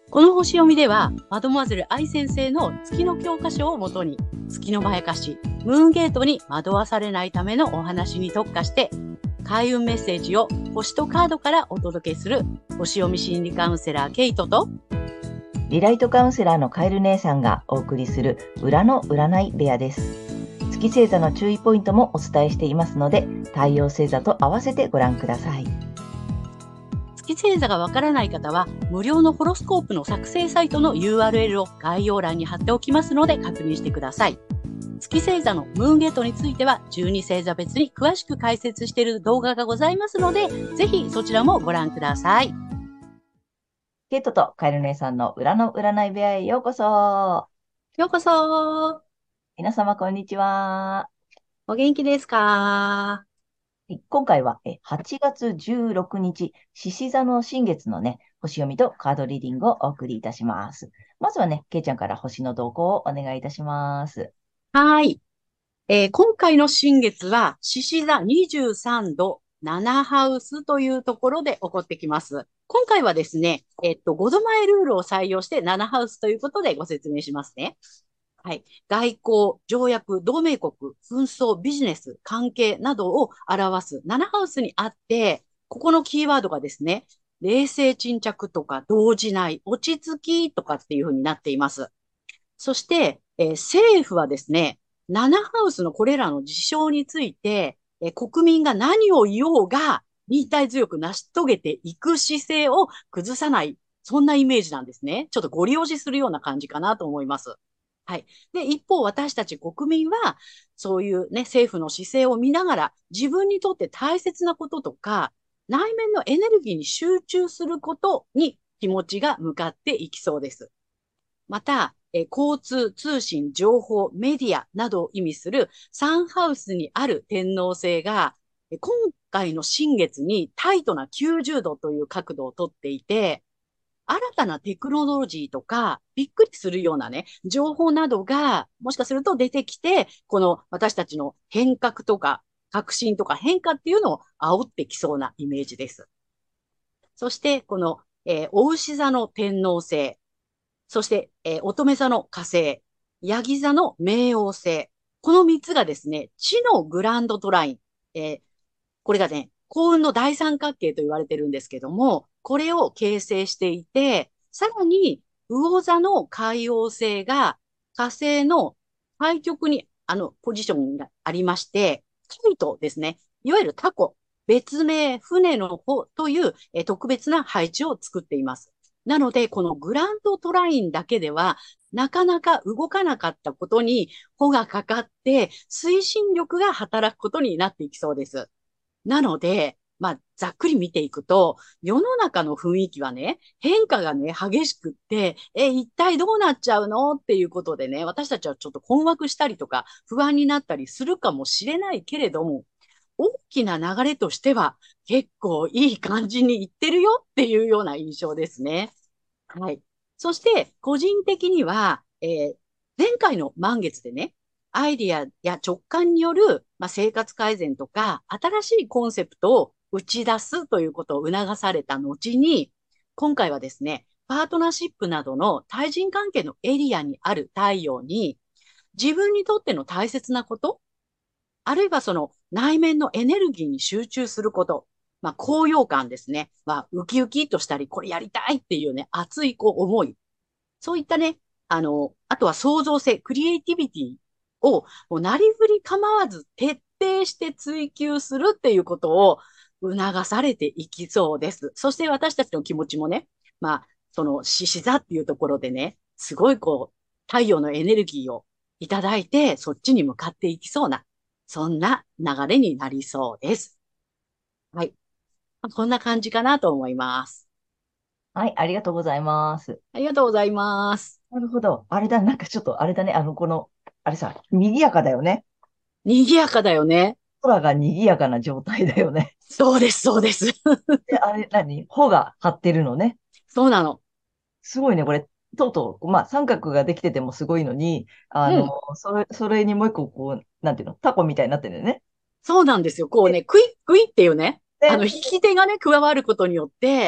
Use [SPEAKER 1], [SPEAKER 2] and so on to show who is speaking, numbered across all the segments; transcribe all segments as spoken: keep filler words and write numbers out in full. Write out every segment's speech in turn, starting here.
[SPEAKER 1] この星読みでは、マドモアゼル愛先生の月の教科書をもとに、月のまやかし、ムーンゲートに惑わされないためのお話に特化して、開運メッセージを星とカードからお届けする、星読み心理カウンセラーケイトと、
[SPEAKER 2] リライトカウンセラーのカエル姉さんがお送りする裏の占い部屋です。月星座の注意ポイントもお伝えしていますので、太陽星座と合わせてご覧ください。
[SPEAKER 1] 月星座がわからない方は、無料のホロスコープの作成サイトの ユーアールエル を概要欄に貼っておきますので確認してください。月星座のムーンゲートについては、じゅうに星座別に詳しく解説している動画がございますので、ぜひそちらもご覧ください。
[SPEAKER 2] ケイトとカエル姉さんの裏の占い部屋へようこそ。
[SPEAKER 1] ようこそ。
[SPEAKER 2] 皆様こんにちは。
[SPEAKER 1] お元気ですか？
[SPEAKER 2] 今回ははちがつじゅうろくにち、獅子座の新月のね、星読みとカードリーディングをお送りいたします。まずはね、ケイちゃんから星の動向をお願いいたします。
[SPEAKER 1] はい。えー今回の新月は、獅子座にじゅうさんど、ななハウスというところで起こってきます。今回はですね、えっと、ごどまえルールを採用してななハウスということでご説明しますね。はい。外交、条約、同盟国、紛争、ビジネス、関係などを表すななハウスにあって、ここのキーワードがですね、冷静沈着とか動じない、落ち着きとかっていうふうになっています。そして、えー政府はですね、ななハウスのこれらの事象について、えー国民が何を言おうが、忍耐強く成し遂げていく姿勢を崩さない、そんなイメージなんですね。ちょっとご利用しするような感じかなと思います。はい。で、一方、私たち国民は、そういうね、政府の姿勢を見ながら、自分にとって大切なこととか、内面のエネルギーに集中することに気持ちが向かっていきそうです。また、えー交通、通信、情報、メディアなどを意味するサンハウスにある天王星が、えー今回の新月にタイトなきゅうじゅうどという角度をとっていて、新たなテクノロジーとか、びっくりするようなね、情報などが、もしかすると出てきて、この私たちの変革とか、革新とか変化っていうのを煽ってきそうなイメージです。そして、この、えー、お牛座の天王星、そして、えー乙女座の火星、ヤギ座の冥王星。この三つがですね、地のグランドトライン。えーこれがね、幸運の大三角形と言われてるんですけども、これを形成していて、さらに、魚座の海王星が火星の対極に、あの、ポジションがありまして、タイトですね。いわゆるタコ、別名、船の帆という、えー特別な配置を作っています。なので、このグランドトラインだけでは、なかなか動かなかったことに、帆がかかって、推進力が働くことになっていきそうです。なので、まあ、ざっくり見ていくと、世の中の雰囲気はね、変化がね、激しくって、え、一体どうなっちゃうのっていうことでね、私たちはちょっと困惑したりとか、不安になったりするかもしれないけれども、大きな流れとしては、結構いい感じにいってるよっていうような印象ですね。はい。そして、個人的には、えー前回の満月でね、アイディアや直感による、まあ、生活改善とか、新しいコンセプトを打ち出すということを促された後に、今回はですね、パートナーシップなどの対人関係のエリアにある太陽に、自分にとっての大切なこと、あるいはその内面のエネルギーに集中すること、まあ、高揚感ですね。まあ、ウキウキとしたり、これやりたいっていうね、熱いこう思い。そういったね、あの、あとは創造性、クリエイティビティを、もうなりふり構わず徹底して追求するっていうことを促されていきそうです。そして私たちの気持ちもね、まあ、その獅子座っていうところでね、すごいこう、太陽のエネルギーをいただいて、そっちに向かっていきそうな、そんな流れになりそうです。はい。まあこんな感じかなと思います。
[SPEAKER 2] はい、ありがとうございます。
[SPEAKER 1] ありがとうございます。
[SPEAKER 2] なるほど。あれだ、なんかちょっとあれだね、あの、この、あれさ、賑やかだよね。
[SPEAKER 1] 賑やかだよね。
[SPEAKER 2] 空が賑やかな状態だよね。
[SPEAKER 1] そうです、そうです。
[SPEAKER 2] で、あれ、何帆が張ってるのね。
[SPEAKER 1] そうなの。
[SPEAKER 2] すごいね、これ。とうとう、まあ、三角ができててもすごいのに、あの、
[SPEAKER 1] うん。
[SPEAKER 2] それ、それにもう一個、こう、なんていうの、タコみたいになってるんだよね。
[SPEAKER 1] そうなんですよ。こう
[SPEAKER 2] で、
[SPEAKER 1] ね、クイックイっていうね、あの、
[SPEAKER 2] で、
[SPEAKER 1] 引き手がね、加わることによって、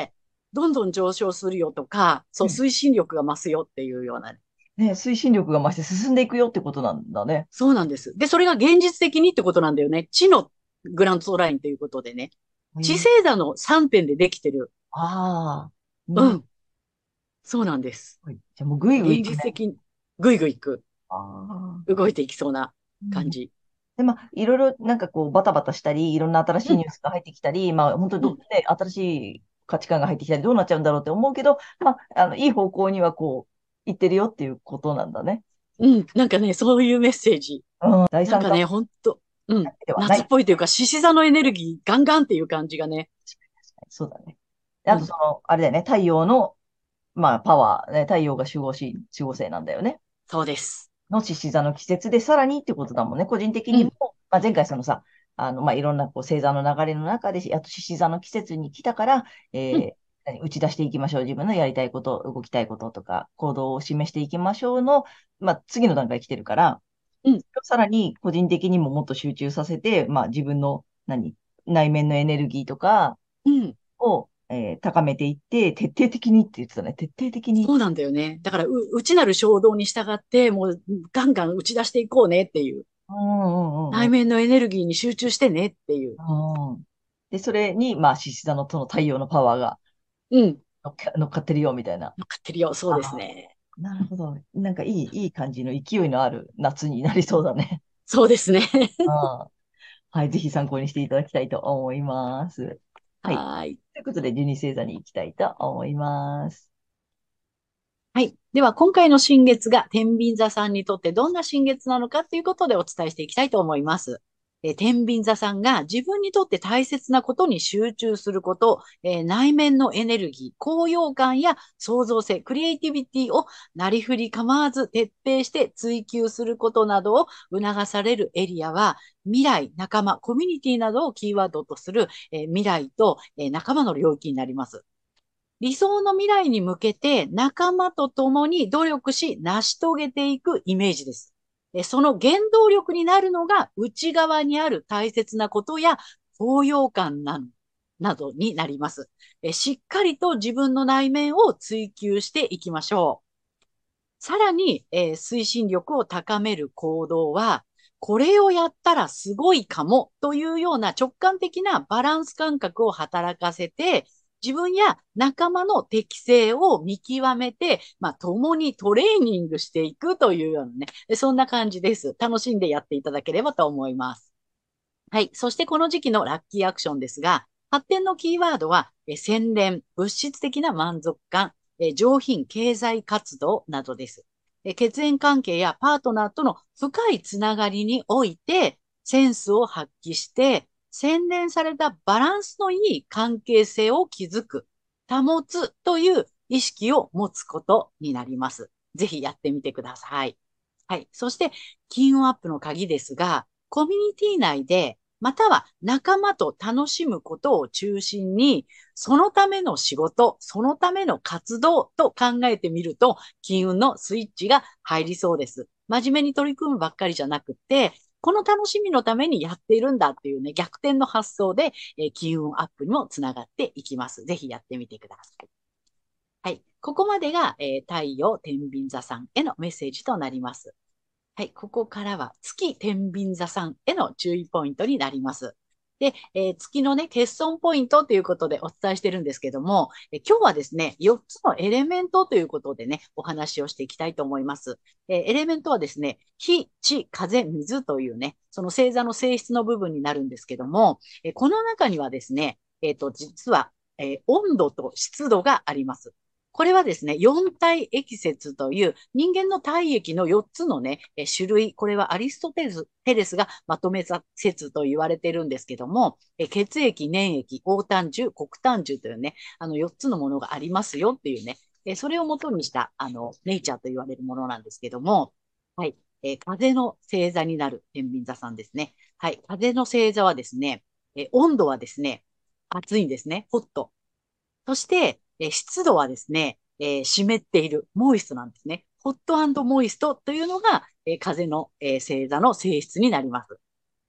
[SPEAKER 1] どんどん上昇するよとか、そう、
[SPEAKER 2] うん。
[SPEAKER 1] 推進力が増すよっていうようなね。
[SPEAKER 2] ね、推進力が増して進んでいくよってことなんだね。
[SPEAKER 1] そうなんです。で、それが現実的にってことなんだよね。地のグラントラインということでね。地
[SPEAKER 2] へえ。
[SPEAKER 1] 星座のさんてんでできてる。
[SPEAKER 2] ああ、なる
[SPEAKER 1] うん。そうなんです。
[SPEAKER 2] ほど。じゃあもうぐいぐい
[SPEAKER 1] 現
[SPEAKER 2] 行くね。
[SPEAKER 1] 実的にぐいぐいいく。
[SPEAKER 2] ああ。
[SPEAKER 1] 動いていきそうな
[SPEAKER 2] うん。
[SPEAKER 1] 感じ。
[SPEAKER 2] で、まあ、いろいろなんかこう、バタバタしたり、いろんな新し
[SPEAKER 1] うん、
[SPEAKER 2] いニュースが入ってきたり、まあ、本当にど、
[SPEAKER 1] うん、
[SPEAKER 2] ね、新しい価値観が入ってきたり、どうなっちゃうんだろうって思うけど、まあ、あの、いい方向にはこう、行ってるよっていうことなんだね。
[SPEAKER 1] うん。なんかね、そういうメッセージ。
[SPEAKER 2] うん、第三関
[SPEAKER 1] なんかね、ほんと、うん。
[SPEAKER 2] 係ではない。
[SPEAKER 1] 夏っぽいというか、獅子座のエネルギーガンガンっていう感じがね。
[SPEAKER 2] そうだね。であと、
[SPEAKER 1] うん。
[SPEAKER 2] その、あれだよね、太陽の、まあ、パワー、ね、太陽が守護し、守護星なんだよね。
[SPEAKER 1] そうです。
[SPEAKER 2] の獅子座の季節で、さらにってことだもんね。個人的
[SPEAKER 1] うん、
[SPEAKER 2] にも、まあ、前回そのさ、あの、まあ、いろんなこう星座の流れの中で、あと獅子座の季節に来たから、え
[SPEAKER 1] うん、
[SPEAKER 2] ー何打ち出していきましょう。自分のやりたいこと、動きたいこととか、行動を示していきましょうの、まあ、次の段階来てるから、
[SPEAKER 1] うん、
[SPEAKER 2] さらに個人的にももっと集中させて、まあ、自分の、何、内面のエネルギーとか
[SPEAKER 1] うん。
[SPEAKER 2] を、えー高めていって、徹底的にって言ってたね。徹底的に。
[SPEAKER 1] そうなんだよね。だから、う、内なる衝動に従って、もう、ガンガン打ち出していこうねっていう。
[SPEAKER 2] うんうんうんうん。
[SPEAKER 1] 内面のエネルギーに集中してねっていう。
[SPEAKER 2] うん。で、それに、まあ、獅子座のその太陽のパワーが
[SPEAKER 1] うん。
[SPEAKER 2] 乗っか、乗っかってるよ、みたいな。
[SPEAKER 1] 乗っかってるよ。そうです
[SPEAKER 2] ああ、
[SPEAKER 1] ね。
[SPEAKER 2] なるほど。なんかいい、いい感じの勢いのある夏になりそうだね。
[SPEAKER 1] そうですね。
[SPEAKER 2] ああ、はい、ぜひ参考にしていただきたいと思います。はい。
[SPEAKER 1] はーい。
[SPEAKER 2] ということで、じゅうに星座に行きたいと思います。
[SPEAKER 1] はい。では、今回の新月が天秤座さんにとってどんな新月なのかということでお伝えしていきたいと思います。えー天秤座さんが自分にとって大切なことに集中すること、えー内面のエネルギー、高揚感や創造性、クリエイティビティをなりふり構わず徹底して追求することなどを促されるエリアは、未来、仲間、コミュニティなどをキーワードとする、えー未来と、えー仲間の領域になります。理想の未来に向けて仲間と共に努力し成し遂げていくイメージです。その原動力になるのが内側にある大切なことや高揚感ななどになります。しっかりと自分の内面を追求していきましょう。さらに、えー推進力を高める行動は、これをやったらすごいかもというような直感的なバランス感覚を働かせて、自分や仲間の適性を見極めて、まあ、共にトレーニングしていくというようなね、そんな感じです。楽しんでやっていただければと思います。はい。そしてこの時期のラッキーアクションですが、発展のキーワードは、え洗練、物質的な満足感、え上品、経済活動などです。え血縁関係やパートナーとの深いつながりにおいて、センスを発揮して、洗練されたバランスのいい関係性を築く、保つという意識を持つことになります。ぜひやってみてください。はい。そして、金運アップの鍵ですが、コミュニティ内でまたは仲間と楽しむことを中心に、そのための仕事、そのための活動と考えてみると、金運のスイッチが入りそうです。真面目に取り組むばっかりじゃなくて、この楽しみのためにやっているんだっていうね、逆転の発想で、えー金運アップにもつながっていきます。ぜひやってみてください。はい。ここまでが、えー太陽天秤座さんへのメッセージとなります。はい、ここからは月天秤座さんへの注意ポイントになります。で、えー月のね、欠損ポイントということでお伝えしてるんですけども、えー今日はですね、よっつのエレメントということでね、お話をしていきたいと思います。えーエレメントはですね、火、地、風、水というね、その星座の性質の部分になるんですけども、えーこの中にはですね、えっと、実は、えー温度と湿度があります。これはですね、四体液説という人間の体液のよっつのね、種類、これはアリストテレステレスがまとめた説と言われてるんですけども、血液、粘液、黄胆汁、黒胆汁というね、あのよっつのものがありますよっていうね、それをもとにした、あの、ネイチャーと言われるものなんですけども、はい、えー風の星座になる天秤座さんですね。はい、風の星座はですね、えー温度はですね、暑いんですね、ホット。そして、えー湿度はですね、えー湿っている、モイストなんですね。ホットモイストというのが、えー風の、えー星座の性質になります。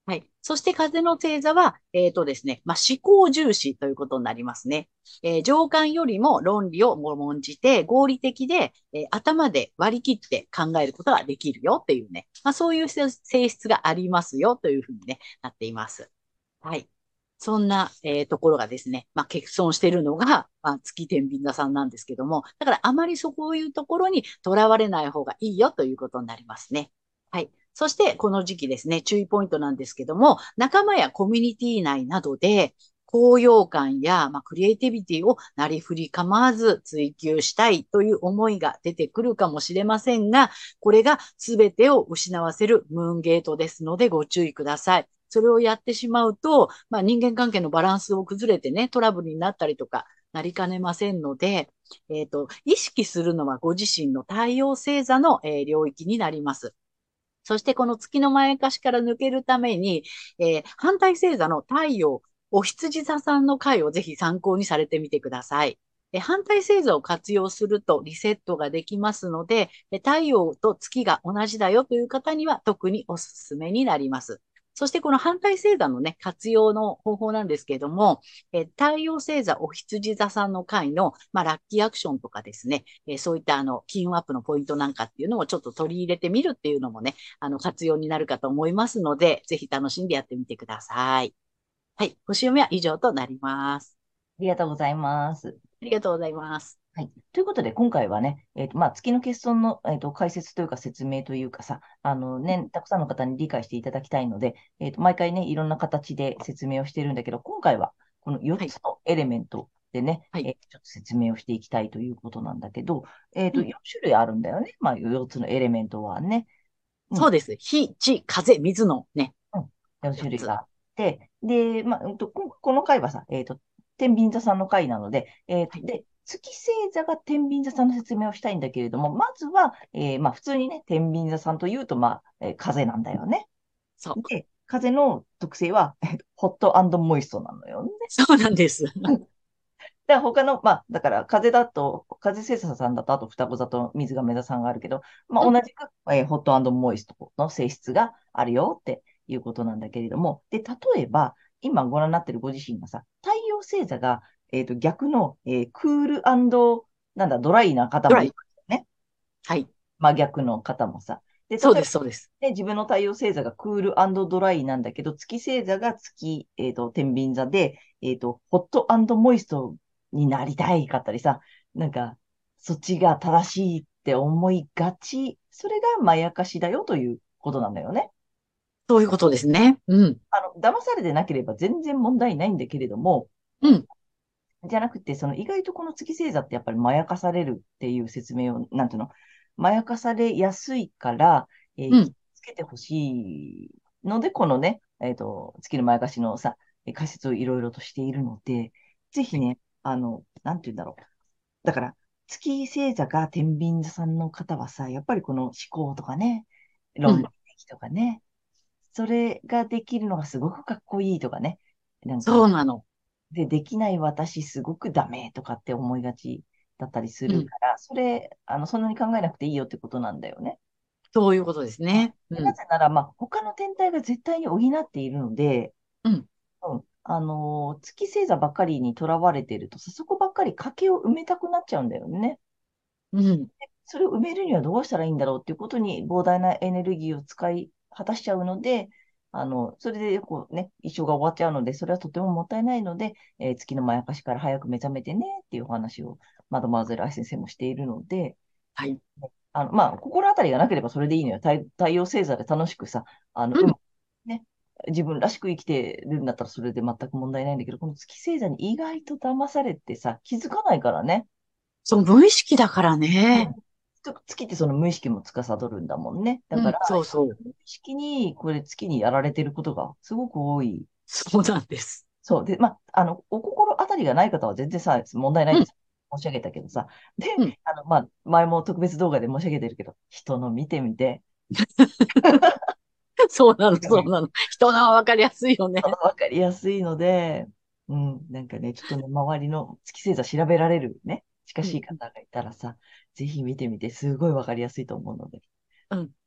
[SPEAKER 1] はい。そして風の星座は、えっとですね、まあ、思考重視ということになりますね。えー情感よりも論理を重んじて、合理的で、えー頭で割り切って考えることができるよっていうね、まあ、そういう性性質がありますよというふうにね、なっています。はい。そんな、えーところがですね、まあ、欠損しているのが、まあ、月天秤座さんなんですけども、だからあまりそういうところにとらわれない方がいいよということになりますね。はい。そして、この時期ですね、注意ポイントなんですけども、仲間やコミュニティ内などで、高揚感や、まあ、クリエイティビティをなりふり構わず追求したいという思いが出てくるかもしれませんが、これが全てを失わせるムーンゲートですのでご注意ください。それをやってしまうと、まあ、人間関係のバランスを崩れてね、トラブルになったりとか、なりかねませんので、えっと、意識するのはご自身の太陽星座の、えー領域になります。そしてこの月のまやかしから抜けるために、えー反対星座の太陽、お羊座さんの回をぜひ参考にされてみてください。え反対星座を活用するとリセットができますので、え太陽と月が同じだよという方には特におすすめになります。そしてこの反対星座のね、活用の方法なんですけれども、え太陽星座お羊座さんの回の、まあ、ラッキーアクションとかですね、えそういったあの、金運アップのポイントなんかっていうのをちょっと取り入れてみるっていうのもね、あの、活用になるかと思いますので、ぜひ楽しんでやってみてください。はい。星読みは以上となります。
[SPEAKER 2] ありがとうございます。
[SPEAKER 1] ありがとうございます。
[SPEAKER 2] はい。ということで、今回はね、えっと、まあ、月の欠損の、えっと、解説というか説明というかさ、あのね、たくさんの方に理解していただきたいので、えっと、毎回ね、いろんな形で説明をしているんだけど、今回はこの4
[SPEAKER 1] はい。
[SPEAKER 2] つのエレメントでね、
[SPEAKER 1] はい。
[SPEAKER 2] えーちょっと説明をしていきたいということなんだけど、えっと、
[SPEAKER 1] うん。
[SPEAKER 2] よん種類あるんだよね。まあ、よっつのエレメントはね。うん。
[SPEAKER 1] そうです。火、地、風、水のね、
[SPEAKER 2] うん。よん種
[SPEAKER 1] 4つ。
[SPEAKER 2] 類があって、で、まあ、うんと、ここの回はさ、えっと、天秤座さんの回なので、えっと、
[SPEAKER 1] はい。
[SPEAKER 2] で、月星座が天秤座さんの説明をしたいんだけれども、まずは、えーまあ、普通にね、天秤座さんというと、まあ、えー風なんだよね。
[SPEAKER 1] そう。
[SPEAKER 2] で、風の特性は、えーホットモイストなのよね。
[SPEAKER 1] そうなんです。
[SPEAKER 2] で、他の、まあ、だから、風だと、風星座さんだと、あと双子座と水亀座さんがあるけど、まあ、
[SPEAKER 1] うん。
[SPEAKER 2] 同じく、えーホットモイストの性質があるよっていうことなんだけれども、で、例えば、今ご覧になっているご自身がさ、太陽星座が、えっと、逆の、えークールなんだ、ドライな方もいる
[SPEAKER 1] ドライ。
[SPEAKER 2] よね。
[SPEAKER 1] はい。
[SPEAKER 2] 真逆の方もさ。で、例えば、
[SPEAKER 1] そうです、そうです。
[SPEAKER 2] ね、自分の太陽星座がクールドライなんだけど、月星座が月、えっと、天秤座で、えっと、ホットモイストになりたいかったりさ、なんか、そっちが正しいって思いがち。それがまやかしだよということなんだよね。
[SPEAKER 1] そういうことですね。うん。
[SPEAKER 2] あの、騙されてなければ全然問題ないんだけれども、
[SPEAKER 1] うん。
[SPEAKER 2] じゃなくて、その意外とこの月星座ってやっぱりまやかされるっていう説明を、なんていうの、まやかされやすいから、えー気を
[SPEAKER 1] うん。
[SPEAKER 2] つけてほしいので、このね、えっと、月のまやかしのさ、え解説をいろいろとしているので、ぜひ
[SPEAKER 1] はい。
[SPEAKER 2] ね、あの、なんていうんだろう。だから、月星座が天秤座さんの方はさ、やっぱりこの思考とかね、論理
[SPEAKER 1] うん。
[SPEAKER 2] 的とかね、それができるのがすごくかっこいいとかね、なんか、
[SPEAKER 1] そうなの。
[SPEAKER 2] で、できない私すごくダメとかって思いがちだったりす
[SPEAKER 1] うん。
[SPEAKER 2] るから、それ、あの、そんなに考えなくていいよってことなんだよね。
[SPEAKER 1] そういうことです
[SPEAKER 2] あ
[SPEAKER 1] ね。
[SPEAKER 2] で
[SPEAKER 1] うん。
[SPEAKER 2] なぜなら、まあ、他の天体が絶対に補っているので、
[SPEAKER 1] うん。
[SPEAKER 2] うん、あのー月星座ばっかりにとらわれているとさ、そこばっかり賭けを埋めたくなっちゃうんだよね。
[SPEAKER 1] うん。
[SPEAKER 2] それを埋めるにはどうしたらいいんだろうっていうことに膨大なエネルギーを使い果たしちゃうので、あの、それでこうね、一生が終わっちゃうので、それはとてももったいないので、えー月のまやかしから早く目覚めてねっていうお話を、マドマーゼル愛先生もしているので、
[SPEAKER 1] はい。
[SPEAKER 2] あの、まあ、心当たりがなければそれでいいのよ。太、太陽星座で楽しくさ、あの、うま
[SPEAKER 1] うん。
[SPEAKER 2] くね、自分らしく生きてるんだったらそれで全く問題ないんだけど、この月星座に意外と騙されてさ、気づかないからね。
[SPEAKER 1] そう、無意識だからね。
[SPEAKER 2] うん。月ってその無意識も司るんだもんね。だから、
[SPEAKER 1] うん。そうそう。
[SPEAKER 2] 無意識にこれ月にやられてることがすごく多い。
[SPEAKER 1] そうなんです。
[SPEAKER 2] そう。で、まあ、あの、お心当たりがない方は全然さ、問題ない
[SPEAKER 1] うん。
[SPEAKER 2] って申し上げたけどさ。で、
[SPEAKER 1] うん。
[SPEAKER 2] あの、まあ、前も特別動画で申し上げてるけど、人の見てみて、
[SPEAKER 1] そうなの、そうなの。人のはわかりやすいよね。
[SPEAKER 2] わかりやすいので、うん、なんかね、ちょっとね、周りの月星座調べられるね、近
[SPEAKER 1] うん。
[SPEAKER 2] しい方がいたらさ、ぜひ見てみて、すごいわかりやすいと思うので。
[SPEAKER 1] うん。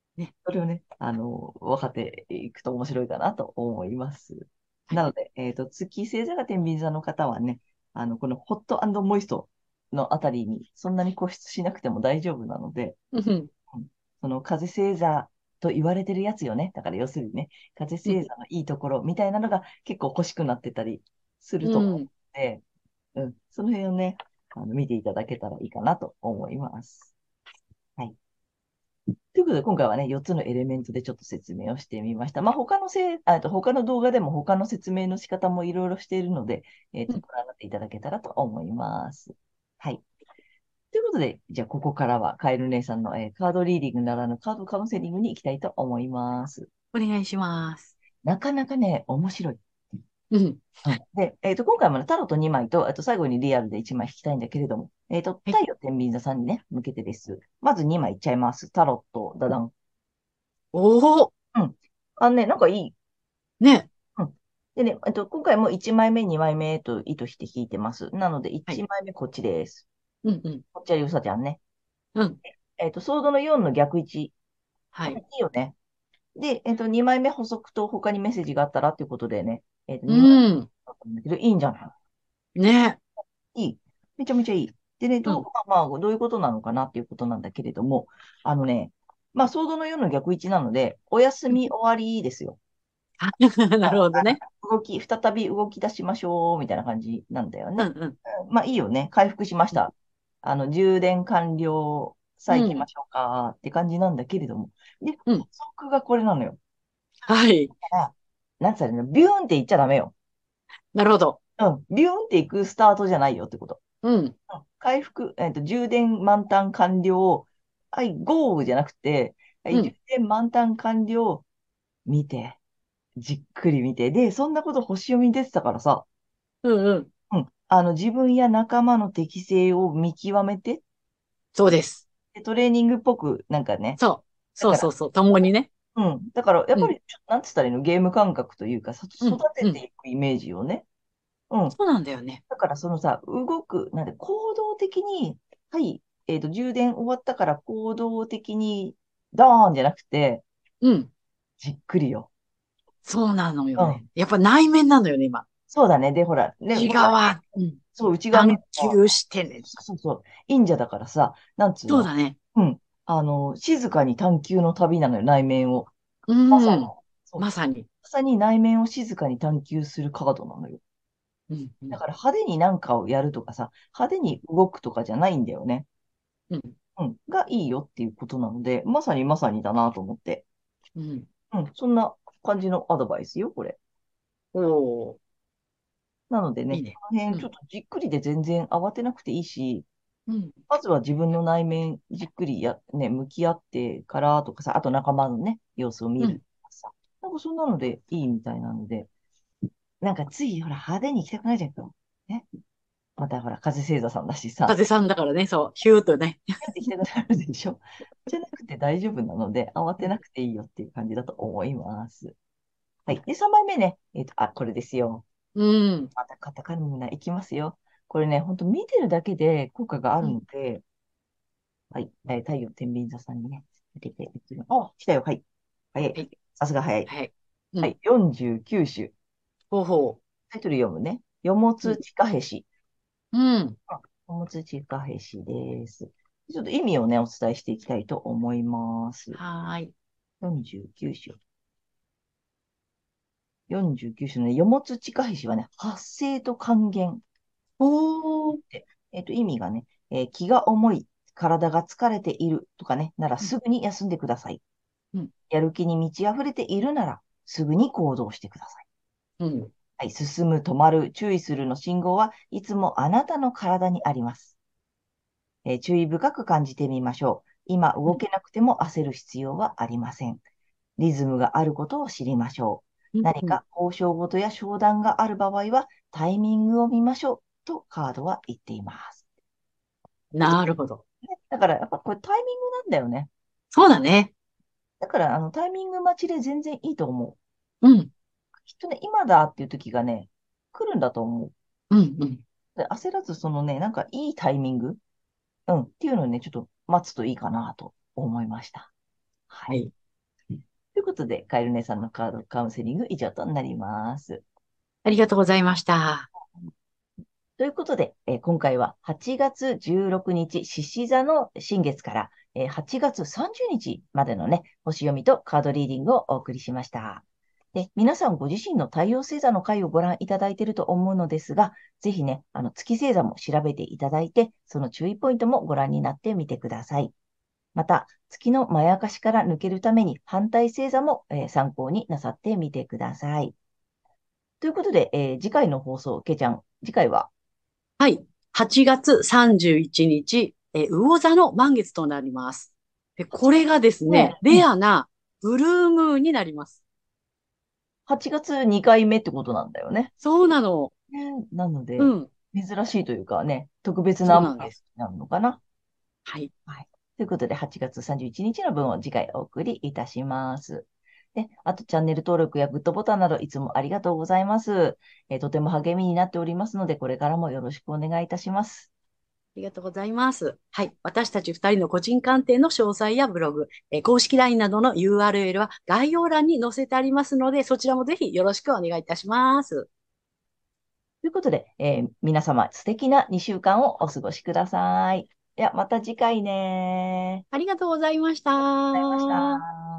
[SPEAKER 1] ね。
[SPEAKER 2] それをね、あの、分かっていくと面白いかなと思います。
[SPEAKER 1] はい。
[SPEAKER 2] なので、えっと、月星座が天秤座の方はね、あの、このホットモイストのあたりにそんなに固執しなくても大丈夫なので、
[SPEAKER 1] うん。
[SPEAKER 2] うんその風星座と言われてるやつよね。だから要するにね、風
[SPEAKER 1] うん。
[SPEAKER 2] 星座のいいところみたいなのが結構欲しくなってたりすると思うの
[SPEAKER 1] うん。
[SPEAKER 2] で、うん、その辺をね、あの見ていただけたらいいかなと思います。はい。ということで、今回はね、よっつのエレメントでちょっと説明をしてみました。まあ、他のせい、あと他の動画でも他の説明の仕方もいろいろしているので、えっと、
[SPEAKER 1] うん。
[SPEAKER 2] ご覧になっていただけたらと思います。はい。ということで、じゃあ、ここからは、カエル姉さんの、えーカードリーディングならぬカードカウンセリングに行きたいと思います。
[SPEAKER 1] お願いします。
[SPEAKER 2] なかなかね、面白い。
[SPEAKER 1] うん。
[SPEAKER 2] うん、で、えっと、今回もね、タロットにまいと、あと最後にリアルでいちまい引きたいんだけれども、えっと、
[SPEAKER 1] はい。
[SPEAKER 2] 太陽天秤座さんにね、向けてです。まずにまいいっちゃいます。タロット、ダダン。
[SPEAKER 1] おお。
[SPEAKER 2] うん。あのね、なんかいい。
[SPEAKER 1] ね。
[SPEAKER 2] うん。でね、えっと、今回もいちまいめ、にまいめと意図して引いてます。なので、1
[SPEAKER 1] はい。
[SPEAKER 2] 枚目こっちです。
[SPEAKER 1] うん。うん。
[SPEAKER 2] こっちはゆうさちゃんね。
[SPEAKER 1] うん。
[SPEAKER 2] えっと、ソードのよんの逆位置。これい
[SPEAKER 1] はい。
[SPEAKER 2] いよね。で、えっと、にまいめ補足と他にメッセージがあったらっていうことでね、えっと、
[SPEAKER 1] う
[SPEAKER 2] にまいめ
[SPEAKER 1] ん。
[SPEAKER 2] だったんだけど、いいんじゃない
[SPEAKER 1] ね。
[SPEAKER 2] いい。めちゃめちゃいい。でね、どう、
[SPEAKER 1] うん。
[SPEAKER 2] まあまあ、どういうことなのかなっていうことなんだけれども、あのね、まあ、ソードのよんの逆位置なので、お休
[SPEAKER 1] うん。
[SPEAKER 2] み終わりですよ。
[SPEAKER 1] あなるほどね。
[SPEAKER 2] 動き、再び動き出しましょう、みたいな感じなんだよね。
[SPEAKER 1] うん。うん。
[SPEAKER 2] うんまあいいよね。回復しまし
[SPEAKER 1] うん。
[SPEAKER 2] た。あの、充電完了、さあ
[SPEAKER 1] うん。
[SPEAKER 2] 行きましょうかって感じなんだけれども。で、補
[SPEAKER 1] うん。
[SPEAKER 2] 足がこれなのよ。
[SPEAKER 1] はい。
[SPEAKER 2] だから、なんつうの、ビューンって言っちゃダメよ。
[SPEAKER 1] なるほど。
[SPEAKER 2] うん。ビューンって行くスタートじゃないよってこと。
[SPEAKER 1] うん。
[SPEAKER 2] うん回復、えっと、充電満タン完了。はい、ゴーじゃなくて、はい、充
[SPEAKER 1] うん。
[SPEAKER 2] 電満タン完了。見て。じっくり見て。で、そんなこと星読みに出てたからさ、
[SPEAKER 1] うん。うん。
[SPEAKER 2] うん。あの、自分や仲間の適性を見極めて、
[SPEAKER 1] そうです。
[SPEAKER 2] でトレーニングっぽく、なんかね、
[SPEAKER 1] そう。
[SPEAKER 2] だから、
[SPEAKER 1] そうそうそう。共にね。
[SPEAKER 2] うん。だから、やっ
[SPEAKER 1] うん。
[SPEAKER 2] ぱり、ちょなんつったらいいの、ゲーム感覚というか、さ育
[SPEAKER 1] うん。うん。
[SPEAKER 2] てていくイメージをね。うん。
[SPEAKER 1] そうなんだよね。
[SPEAKER 2] だから、そのさ、動く、なんで、行動的に、はい、えっと、充電終わったから行動的に、ドーンじゃなくて、
[SPEAKER 1] うん。
[SPEAKER 2] じっくりよ。
[SPEAKER 1] そうなのよね。
[SPEAKER 2] うん。
[SPEAKER 1] やっぱ内面なのよね、今。
[SPEAKER 2] そうだね。で、ほら、ね、
[SPEAKER 1] 内
[SPEAKER 2] ほら、
[SPEAKER 1] 側。うん。
[SPEAKER 2] そう、内側見
[SPEAKER 1] 探
[SPEAKER 2] ると、
[SPEAKER 1] 求してね。
[SPEAKER 2] そうそうそう、忍者だからさ、なんつうの、
[SPEAKER 1] そうだね。
[SPEAKER 2] うん。あの、静かに探求の旅なのよ、内面を。
[SPEAKER 1] う
[SPEAKER 2] まさに。
[SPEAKER 1] ん。
[SPEAKER 2] そう。
[SPEAKER 1] まさに。
[SPEAKER 2] まさに内面を静かに探求するカードなのよ。
[SPEAKER 1] うん。うん。
[SPEAKER 2] だから派手に何かをやるとかさ、派手に動くとかじゃないんだよね。
[SPEAKER 1] うん。
[SPEAKER 2] うん。がいいよっていうことなので、まさにまさにだなと思って。
[SPEAKER 1] うん。
[SPEAKER 2] うん。そんな感じのアドバイスよ、これ。
[SPEAKER 1] おー。
[SPEAKER 2] なのでね、
[SPEAKER 1] いいね。
[SPEAKER 2] この辺ちょっ
[SPEAKER 1] うん。
[SPEAKER 2] とじっくりで全然慌てなくていいし、
[SPEAKER 1] うん。
[SPEAKER 2] まずは自分の内面じっくりや、ね、向き合ってからとかさ、あと仲間のね、様子を見る
[SPEAKER 1] うん。
[SPEAKER 2] とかさ、なんかそんなのでいいみたいなので、なんかついほら派手に行きたくなっちゃうと。ね。またほら、風星座さんだしさ、
[SPEAKER 1] 風さんだからね、そう。ヒューとね。
[SPEAKER 2] やって行きたくなるでしょ。じゃなくて大丈夫なので、慌てなくていいよっていう感じだと思います。はい。で、さんまいめね。えっと、あ、これですよ。
[SPEAKER 1] うん。
[SPEAKER 2] またカタカナいきますよ。これね、ほんと見てるだけで効果があ
[SPEAKER 1] うん。
[SPEAKER 2] るので、はい。えー太陽天秤座さんにね、向けていきます。あ、来たよ。はい。早い。
[SPEAKER 1] はい。
[SPEAKER 2] さすが早い。
[SPEAKER 1] はい。うん。
[SPEAKER 2] はい。よんじゅうきゅう種。
[SPEAKER 1] ほうほ
[SPEAKER 2] タイトル読むね。よも
[SPEAKER 1] う。うん。
[SPEAKER 2] つちかへし。
[SPEAKER 1] うん。
[SPEAKER 2] あ、よもつちかへしです。ちょっと意味をね、お伝えしていきたいと思います。
[SPEAKER 1] はーい。
[SPEAKER 2] よんじゅうきゅう種。よんじゅうきゅう種のね、よもつちかへしはね、発生と還元。
[SPEAKER 1] おー。
[SPEAKER 2] でえっと、意味がね、えー気が重い、体が疲れているとかね、なら
[SPEAKER 1] うん。
[SPEAKER 2] すぐに休んでください。
[SPEAKER 1] うん。
[SPEAKER 2] やる気に満ち溢れているなら、すぐに行動してください。
[SPEAKER 1] うん。
[SPEAKER 2] はい、進む、止まる、注意するの信号はいつもあなたの体にあります。えー注意深く感じてみましょう。今
[SPEAKER 1] うん。
[SPEAKER 2] 動けなくても焦る必要はありません。リズムがあることを知りましょう。何
[SPEAKER 1] うん。
[SPEAKER 2] か交渉事や商談がある場合はタイミングを見ましょうとカードは言っています。
[SPEAKER 1] なるほど。
[SPEAKER 2] ねだからやっぱこれタイミングなんだよね。
[SPEAKER 1] そうだね。
[SPEAKER 2] だからあのタイミング待ちで全然いいと思う。
[SPEAKER 1] うん。
[SPEAKER 2] きっとね、今だっていう時がね、来るんだと思う。
[SPEAKER 1] うん。うん。
[SPEAKER 2] で焦らずそのね、なんかいいタイミング、うん、っていうのをね、ちょっと待つといいかなと思いました。はい。
[SPEAKER 1] はい。
[SPEAKER 2] ということで、カエル姉さんのカードカウンセリング以上となります。
[SPEAKER 1] ありがとうございました。
[SPEAKER 2] ということで、えー今回ははちがつじゅうろくにち、獅子座の新月から、えーはちがつさんじゅうにちまでのね、星読みとカードリーディングをお送りしました。で、皆さんご自身の太陽星座の回をご覧いただいていると思うのですが、ぜひね、あの月星座も調べていただいて、その注意ポイントもご覧になってみてください。また、月のまやかしから抜けるために反対星座も、えー参考になさってみてください。ということで、えー次回の放送、けいちゃん、次回は、
[SPEAKER 1] はい。はちがつさんじゅういちにち、えー魚座の満月となります。で、これがですね、
[SPEAKER 2] ね、うん、
[SPEAKER 1] レアなブルームーンになります。
[SPEAKER 2] はちがつにかいめってことなんだよね。
[SPEAKER 1] そうなの。
[SPEAKER 2] ねなので、
[SPEAKER 1] うん。
[SPEAKER 2] 珍しいというかね、特別な満
[SPEAKER 1] そうなんです。
[SPEAKER 2] 月になるのかな。
[SPEAKER 1] はい。
[SPEAKER 2] はい。ということで、はちがつさんじゅういちにちの分を次回お送りいたします。で、あとチャンネル登録やグッドボタンなどいつもありがとうございます。えーとても励みになっておりますので、これからもよろしくお願いいたします。
[SPEAKER 1] ありがとうございます。はい。私たち二人の個人鑑定の詳細やブログ、えー公式 ライン などの ユーアールエル は概要欄に載せてありますので、そちらもぜひよろしくお願いいたします。
[SPEAKER 2] ということで、えー皆様素敵なにしゅうかんをお過ごしください。では、また次回ね。
[SPEAKER 1] ありがとうございまし
[SPEAKER 2] ありがとうございまし
[SPEAKER 1] た。
[SPEAKER 2] た。